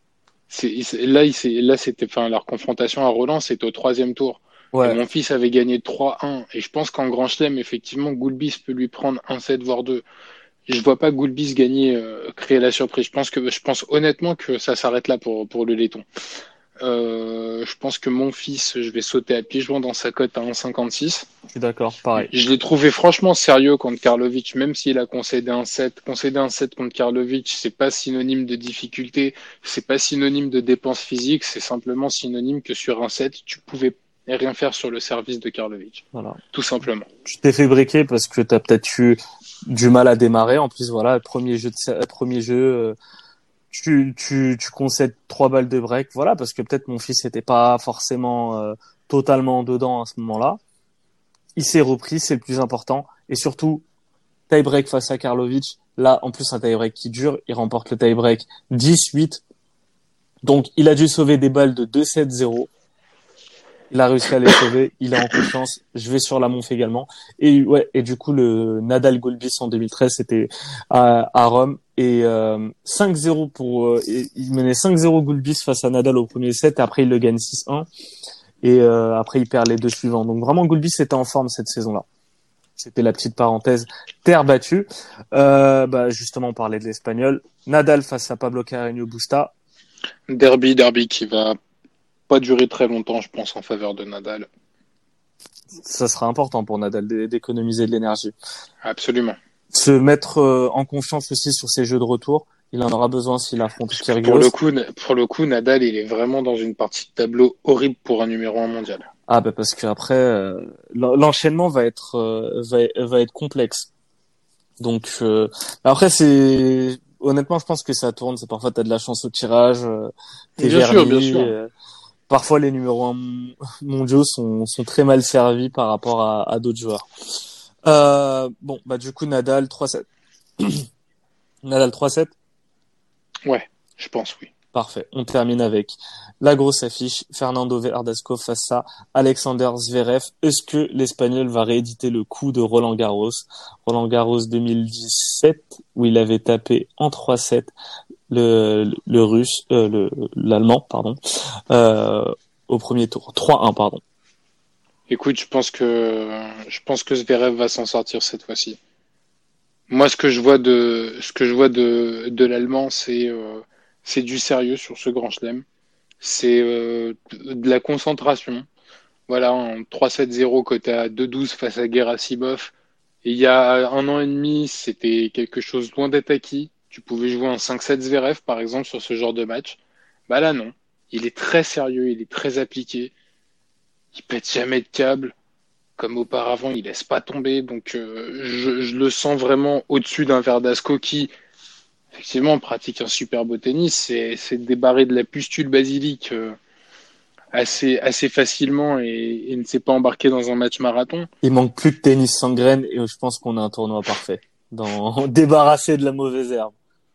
Speaker 2: Là, c'était, leur confrontation à Roland, c'était au troisième tour. Ouais. Et mon fils avait gagné 3-1. Et je pense qu'en Grand Chelem, effectivement, Gulbis peut lui prendre 1-7, voire 2. Je vois pas Gulbis gagner, créer la surprise. Je pense honnêtement que ça s'arrête là pour le laiton. Je pense que mon fils, je vais sauter à pieds joints dans sa cote à 1,56.
Speaker 4: Je suis d'accord, pareil.
Speaker 2: Je l'ai trouvé franchement sérieux contre Karlovic, même s'il a concédé un set. Concéder un set contre Karlovic, c'est pas synonyme de difficulté, c'est pas synonyme de dépense physique, c'est simplement synonyme que sur un set, tu pouvais rien faire sur le service de Karlovic. Voilà. Tout simplement.
Speaker 4: Tu t'es fait briquer parce que t'as peut-être eu du mal à démarrer. En plus, voilà, premier jeu, tu concèdes 3 balles de break. Voilà, parce que peut-être mon fils n'était pas forcément totalement dedans à ce moment-là. Il s'est repris, c'est le plus important. Et surtout, tie-break face à Karlovic. Là, en plus, un tie-break qui dure. Il remporte le tie-break 10-8. Donc, il a dû sauver des balles de 2-7-0. Il a réussi à les sauver. Il est en confiance. Je vais sur la monf également. Et du coup, le Nadal Gulbis en 2013, c'était à Rome. Et 5-0 il menait 5-0 Gulbis face à Nadal au premier set. Et après, il le gagne 6-1. Et après, il perd les 2 suivants. Donc vraiment, Gulbis était en forme cette saison-là. C'était la petite parenthèse. Terre battue. Justement, on parlait de l'Espagnol. Nadal face à Pablo Carreño Busta.
Speaker 2: Derby qui va pas durer très longtemps, je pense, en faveur de Nadal.
Speaker 4: Ça sera important pour Nadal d'économiser de l'énergie.
Speaker 2: Absolument.
Speaker 4: Se mettre en confiance aussi sur ses jeux de retour. Il en aura besoin s'il affronte Kyrgios.
Speaker 2: Pour le coup, Nadal, il est vraiment dans une partie de tableau horrible pour un numéro 1 mondial.
Speaker 4: Ah parce qu'après l'enchaînement va être complexe. Donc après honnêtement, je pense que ça tourne. C'est parfois t'as de la chance au tirage.
Speaker 2: Bien sûr.
Speaker 4: Parfois les numéros 1 mondiaux sont très mal servis par rapport à d'autres joueurs. Du coup Nadal 3-7. Nadal 3-7.
Speaker 2: Ouais, je pense oui.
Speaker 4: Parfait. On termine avec la grosse affiche. Fernando Verdasco face à Alexander Zverev. Est-ce que l'Espagnol va rééditer le coup de Roland Garros? Roland Garros 2017, où il avait tapé en 3-7 l'Allemand, au premier tour. 3-1, pardon.
Speaker 2: Écoute, je pense que Zverev va s'en sortir cette fois-ci. Moi, ce que je vois de l'Allemand, c'est du sérieux sur ce Grand Chelem. C'est de la concentration. Voilà, en 3-7-0 côté à 2-12 face à Gerasimov. Et il y a 1 an et demi, c'était quelque chose loin d'être acquis. Tu pouvais jouer un 5-7 Zverev, par exemple, sur ce genre de match. Bah là, non. Il est très sérieux, il est très appliqué. Il pète jamais de câble. Comme auparavant, il laisse pas tomber. Donc, je le sens vraiment au-dessus d'un Verdasco qui, effectivement, pratique un super beau tennis. C'est débarré de la pustule basilique assez facilement et ne s'est pas embarqué dans un match marathon.
Speaker 4: Il manque plus de tennis sans graines et je pense qu'on a un tournoi parfait. Débarrassé de la mauvaise herbe.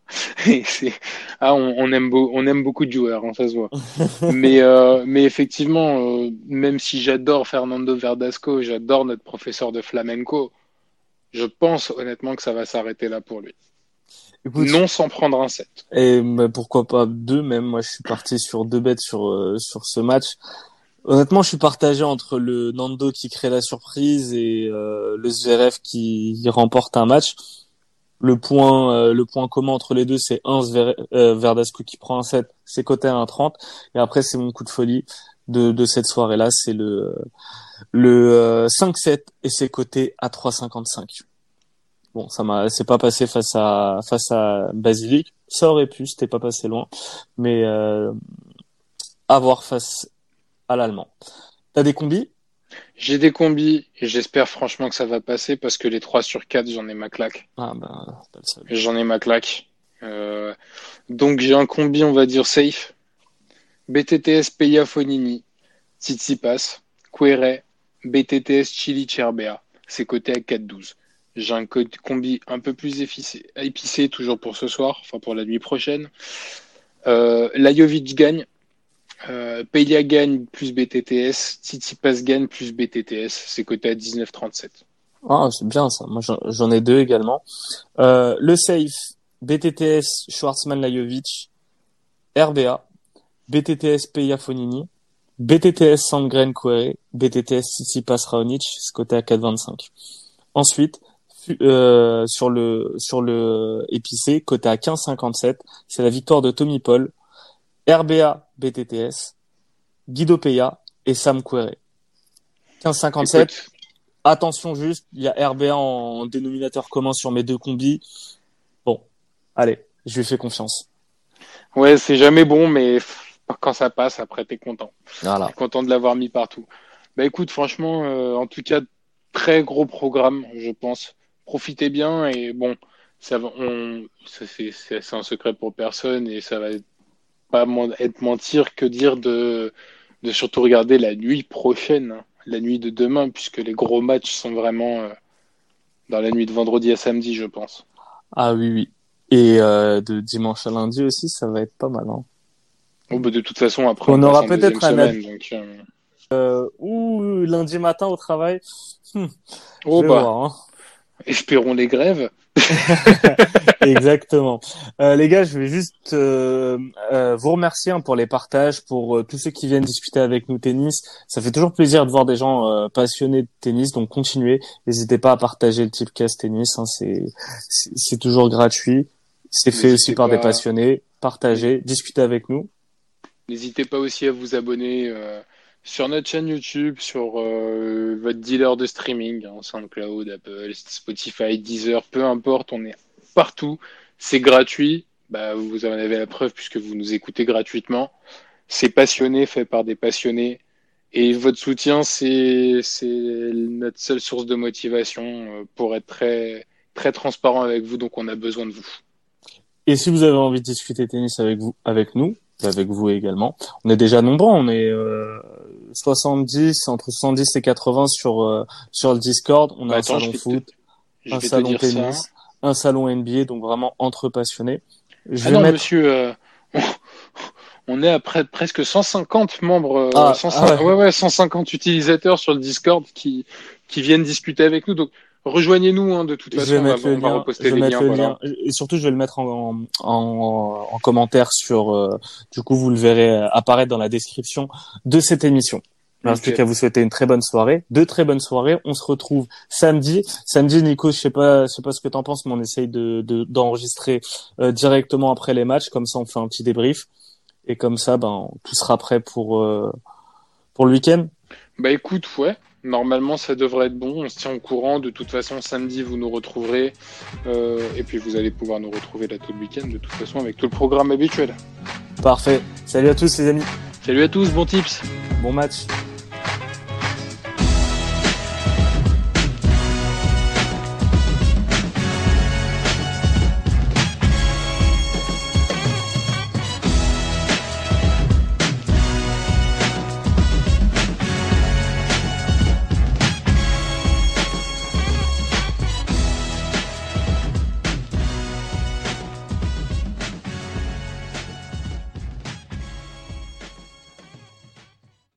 Speaker 2: On aime beaucoup de joueurs, hein, ça se voit. mais effectivement, même si j'adore Fernando Verdasco, j'adore notre professeur de flamenco, je pense honnêtement que ça va s'arrêter là pour lui. Écoute, non sans prendre un set.
Speaker 4: Et pourquoi pas 2 même. Moi, je suis parti sur 2 bêtes sur ce match. Honnêtement, je suis partagé entre le Nando qui crée la surprise et le Zverev qui remporte un match. Le point commun entre les deux, c'est Verdasco qui prend un set, c'est coté à 1,30. Et après, c'est mon coup de folie de cette soirée-là, c'est le 5-7 et c'est coté à 3,55. Bon, c'est pas passé face à Basilic. Ça aurait pu, c'était pas passé loin. Mais à voir face à l'Allemand. T'as des combis?
Speaker 2: J'ai des combis et j'espère franchement que ça va passer parce que les 3 sur 4, j'en ai ma claque.
Speaker 4: Ah bah, t'as le seul.
Speaker 2: J'en ai ma claque. Donc j'ai un combi, on va dire safe. BTTS Peya Fonini, Tsitsipas, Quere, BTTS Chili Cherbea. C'est coté à 4,12. J'ai un combi un peu plus épicé toujours pour ce soir, enfin pour la nuit prochaine. Lajovic gagne. Peya gagne plus BTTS, Tsitsipas gagne plus BTTS, c'est coté à 19,37.
Speaker 4: Ah, c'est bien ça. Moi, j'en ai 2 également. Le safe, BTTS Schwartzmann Lajovic, RBA, BTTS Peya Fonini, BTTS Sandgren Quere, BTTS Tsitsipas Raonic, c'est coté à 4,25. Ensuite, sur le épicé, coté à 15,57, c'est la victoire de Tommy Paul, RBA BTTS, Guido Peya et Sam Querrey. 15,57.
Speaker 2: Écoute.
Speaker 4: Attention juste, il y a RBA en dénominateur commun sur mes 2 combis. Bon, allez, je lui fais confiance.
Speaker 2: Ouais, c'est jamais bon, mais quand ça passe, après, t'es content.
Speaker 4: Voilà.
Speaker 2: T'es content de l'avoir mis partout. Bah écoute, franchement, en tout cas, très gros programme, je pense. Profitez bien et bon, c'est un secret pour personne et ça va pas être mentir que dire de surtout regarder la nuit prochaine, hein, la nuit de demain, puisque les gros matchs sont vraiment dans la nuit de vendredi à samedi, je pense.
Speaker 4: Ah oui, oui. Et de dimanche à lundi aussi, ça va être pas mal. Hein.
Speaker 2: Oh, bah, de toute façon, après,
Speaker 4: on aura
Speaker 2: passe en
Speaker 4: peut-être
Speaker 2: semaine, donc,
Speaker 4: ou lundi matin au travail.
Speaker 2: oh
Speaker 4: je vais
Speaker 2: bah,
Speaker 4: voir, hein.
Speaker 2: Espérons les grèves.
Speaker 4: Exactement. Les gars, je vais juste vous remercier pour les partages, pour tous ceux qui viennent discuter avec nous tennis. Ça fait toujours plaisir de voir des gens passionnés de tennis, donc continuez. N'hésitez pas à partager le Tipcast tennis, hein, c'est toujours gratuit. C'est fait aussi par des passionnés. Partagez, discutez avec nous.
Speaker 2: N'hésitez pas aussi à vous abonner sur notre chaîne YouTube, sur votre dealer de streaming, hein, SoundCloud, Apple, Spotify, Deezer, peu importe, on est partout. C'est gratuit. Bah, vous en avez la preuve puisque vous nous écoutez gratuitement. C'est passionné, fait par des passionnés. Et votre soutien, c'est notre seule source de motivation pour être très, très transparent avec vous. Donc, on a besoin de vous.
Speaker 4: Et si vous avez envie de discuter tennis avec nous, avec vous également, on est déjà nombreux. On est 70, entre 70 et 80 sur le Discord. On a un salon foot, un salon tennis, un salon NBA, donc vraiment entre passionnés.
Speaker 2: Monsieur, on est à presque 150 membres, 150 utilisateurs sur le Discord qui viennent discuter avec nous. Donc, rejoignez-nous, hein, de toute façon, on va reposter les liens. Voilà.
Speaker 4: Et surtout, je vais le mettre en commentaire sur, du coup, vous le verrez apparaître dans la description de cette émission. Il ne reste plus qu'à vous souhaiter une très bonne soirée, 2 très bonnes soirées. On se retrouve samedi. Samedi, Nico, je sais pas ce que t'en penses, mais on essaye d'enregistrer directement après les matchs. Comme ça, on fait un petit débrief. Et comme ça, tout sera prêt pour le week-end.
Speaker 2: Bah écoute, ouais. Normalement, ça devrait être bon. On se tient au courant. De toute façon, samedi, vous nous retrouverez. Et puis, vous allez pouvoir nous retrouver là tout le week-end, de toute façon, avec tout le programme habituel.
Speaker 4: Parfait. Salut à tous, les amis.
Speaker 2: Salut à tous, bons tips.
Speaker 4: Bon match.